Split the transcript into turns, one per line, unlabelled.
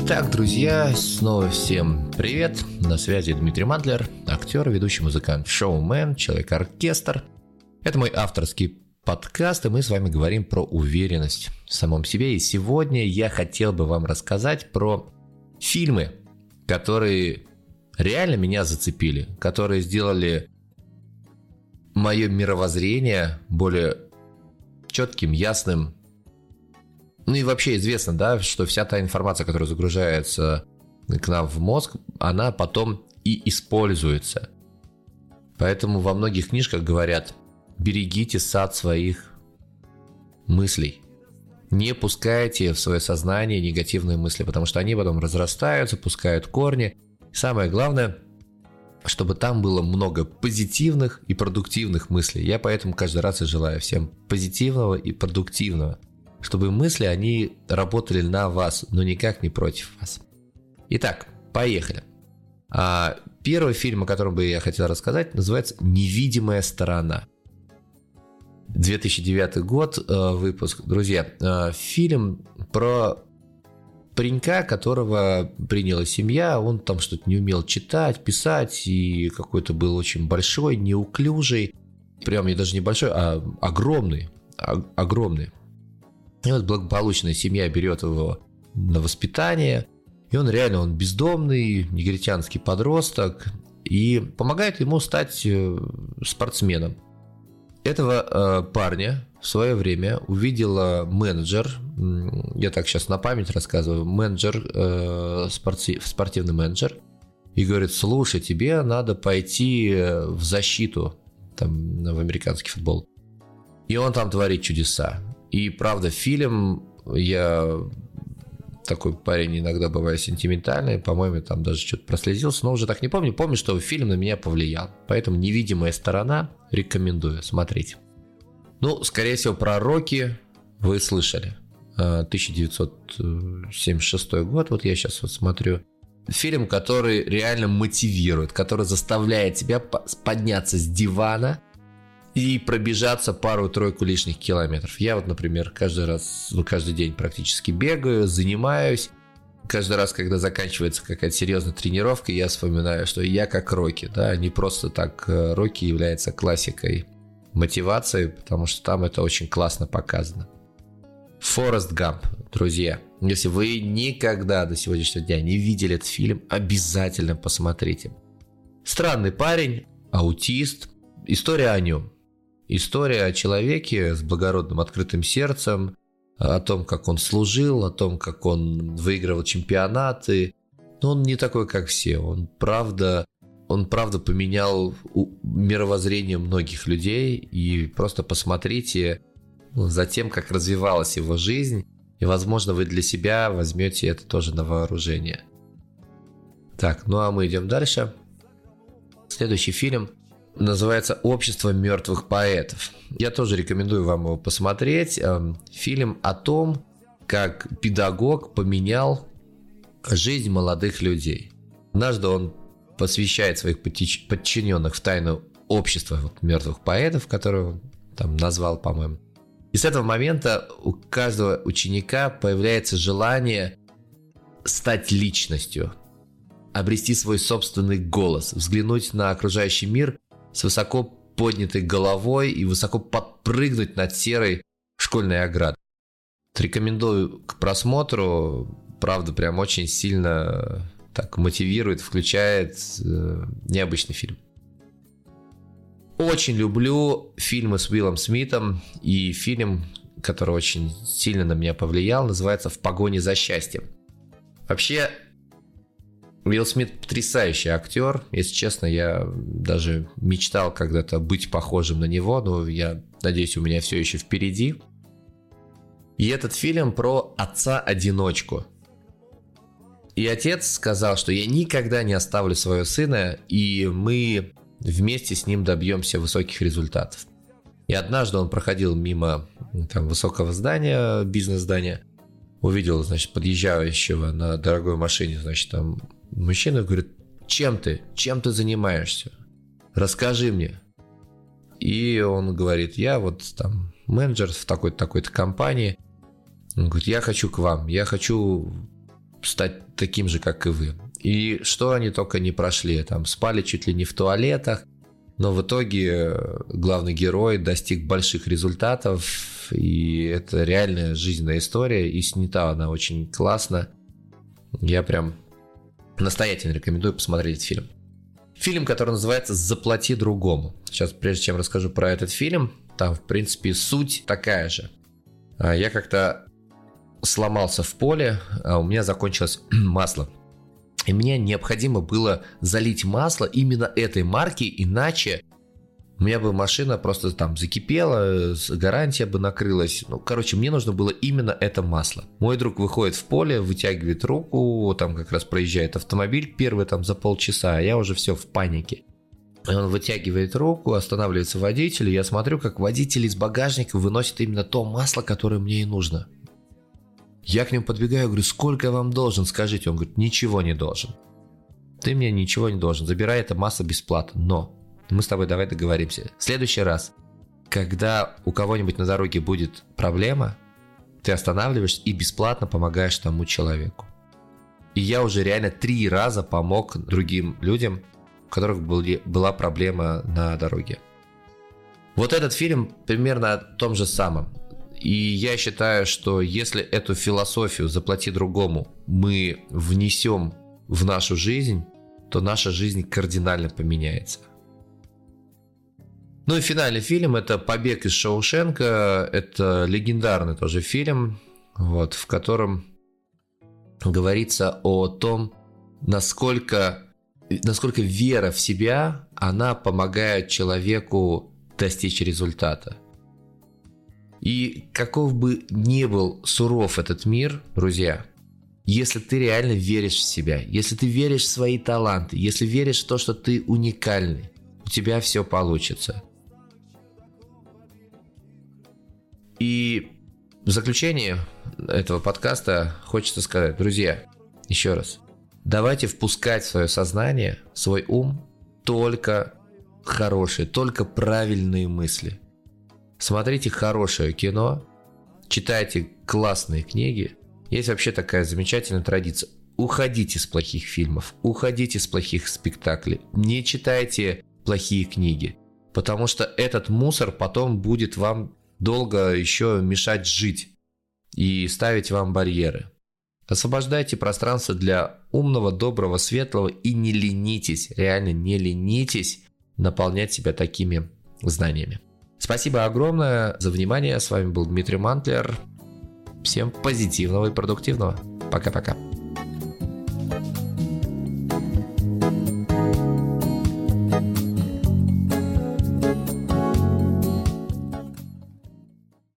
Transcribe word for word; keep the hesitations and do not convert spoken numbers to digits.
Итак, друзья, снова всем привет. На связи Дмитрий Мантлер, актер, ведущий музыкант, шоумен, человек-оркестр. Это мой авторский подкаст, и мы с вами говорим про уверенность в самом себе. И сегодня я хотел бы вам рассказать про фильмы, которые реально меня зацепили, которые сделали мое мировоззрение более четким, ясным. Ну и вообще известно, да, что вся та информация, которая загружается к нам в мозг, она потом и используется. Поэтому во многих книжках говорят: берегите сад своих мыслей. Не пускайте в свое сознание негативные мысли, потому что они потом разрастаются, пускают корни. И самое главное, чтобы там было много позитивных и продуктивных мыслей. Я поэтому каждый раз и желаю всем позитивного и продуктивного, чтобы мысли, они работали на вас, но никак не против вас. Итак, поехали. А, первый фильм, о котором бы я хотел рассказать, называется «Невидимая сторона». две тысячи девятый год, выпуск. Друзья, фильм про паренька, которого приняла семья. Он там что-то не умел читать, писать, и какой-то был очень большой, неуклюжий. Прям не даже не большой, а огромный. Огромный. И вот благополучная семья берет его на воспитание, и он реально он бездомный, негритянский подросток, и помогает ему стать спортсменом. Этого э, парня в свое время увидела менеджер, я так сейчас на память рассказываю, менеджер, э, спортив, спортивный менеджер, и говорит: слушай, тебе надо пойти в защиту, там, в американский футбол. И он там творит чудеса. И правда, фильм, я такой парень иногда бываю сентиментальный, по-моему, там даже что-то прослезился, но уже так не помню. Помню, что фильм на меня повлиял. Поэтому «Невидимая сторона» рекомендую смотреть. Ну, скорее всего, про Рокки вы слышали. тысяча девятьсот семьдесят шестой год, вот я сейчас вот смотрю. Фильм, который реально мотивирует, который заставляет тебя подняться с дивана и пробежаться пару-тройку лишних километров. Я вот, например, каждый раз, ну, каждый день практически бегаю, занимаюсь. Каждый раз, когда заканчивается какая-то серьезная тренировка, я вспоминаю, что я как Рокки, да, не просто так. Рокки является классикой мотивации, потому что там это очень классно показано. Форест Гамп, друзья, если вы никогда до сегодняшнего дня не видели этот фильм, обязательно посмотрите. Странный парень, аутист, история о нем. История о человеке с благородным открытым сердцем, о том, как он служил, о том, как он выигрывал чемпионаты. Но он не такой, как все. Он правда, он правда поменял мировоззрение многих людей. И просто посмотрите за тем, как развивалась его жизнь. И, возможно, вы для себя возьмете это тоже на вооружение. Так, ну а мы идем дальше. Следующий фильм называется «Общество мертвых поэтов». Я тоже рекомендую вам его посмотреть. Фильм о том, как педагог поменял жизнь молодых людей. Однажды он посвящает своих подчиненных в тайну общества вот, мертвых поэтов, которое он там назвал, по-моему. И с этого момента у каждого ученика появляется желание стать личностью, обрести свой собственный голос, взглянуть на окружающий мир с высоко поднятой головой и высоко подпрыгнуть над серой школьной оградой. Рекомендую к просмотру. Правда, прям очень сильно так мотивирует, включает. Э, необычный фильм. Очень люблю фильмы с Уиллом Смитом. И фильм, который очень сильно на меня повлиял, называется «В погоне за счастьем». Вообще, Уилл Смит потрясающий актер. Если честно, я даже мечтал когда-то быть похожим на него, но я надеюсь, у меня все еще впереди. И этот фильм про отца-одиночку. И отец сказал, что я никогда не оставлю своего сына, и мы вместе с ним добьемся высоких результатов. И однажды он проходил мимо там, высокого здания, бизнес-здания, увидел, значит, подъезжающего на дорогой машине, значит, там мужчина, говорит: чем ты? Чем ты занимаешься? Расскажи мне. И он говорит: я вот там менеджер в такой-то, такой-то компании. Он говорит: я хочу к вам, я хочу стать таким же, как и вы. И что они только не прошли, там спали чуть ли не в туалетах, но в итоге главный герой достиг больших результатов, и это реальная жизненная история, и снята она очень классно. Я прям настоятельно рекомендую посмотреть этот фильм. Фильм, который называется «Заплати другому». Сейчас, прежде чем расскажу про этот фильм, там, в принципе, суть такая же. Я как-то сломался в поле, а у меня закончилось масло. И мне необходимо было залить масло именно этой марки, иначе у меня бы машина просто там закипела, гарантия бы накрылась. Ну, короче, мне нужно было именно это масло. Мой друг выходит в поле, вытягивает руку, там как раз проезжает автомобиль первый там за полчаса, а я уже все в панике. И он вытягивает руку, останавливается водитель, и я смотрю, как водитель из багажника выносит именно то масло, которое мне и нужно. Я к нему подбегаю, говорю, сколько я вам должен, скажите. Он говорит, ничего не должен. Ты мне ничего не должен, забирай это масло бесплатно. Но мы с тобой давай договоримся. В следующий раз, когда у кого-нибудь на дороге будет проблема, ты останавливаешься и бесплатно помогаешь тому человеку. И я уже реально три раза помог другим людям, у которых были, была проблема на дороге. Вот этот фильм примерно о том же самом. И я считаю, что если эту философию «заплати другому» мы внесем в нашу жизнь, то наша жизнь кардинально поменяется. Ну и финальный фильм – это «Побег из Шоушенка». Это легендарный тоже фильм, вот, в котором говорится о том, насколько, насколько вера в себя, она помогает человеку достичь результата. И каков бы ни был суров этот мир, друзья, если ты реально веришь в себя, если ты веришь в свои таланты, если веришь в то, что ты уникальный, у тебя все получится. И в заключение этого подкаста хочется сказать, друзья, еще раз, давайте впускать в свое сознание, в свой ум только хорошие, только правильные мысли. Смотрите хорошее кино, читайте классные книги. Есть вообще такая замечательная традиция. Уходите с плохих фильмов, уходите с плохих спектаклей, не читайте плохие книги, потому что этот мусор потом будет вам долго еще мешать жить и ставить вам барьеры. Освобождайте пространство для умного, доброго, светлого и не ленитесь, реально не ленитесь наполнять себя такими знаниями. Спасибо огромное за внимание. С вами был Дмитрий Мантлер. Всем позитивного и продуктивного. Пока-пока.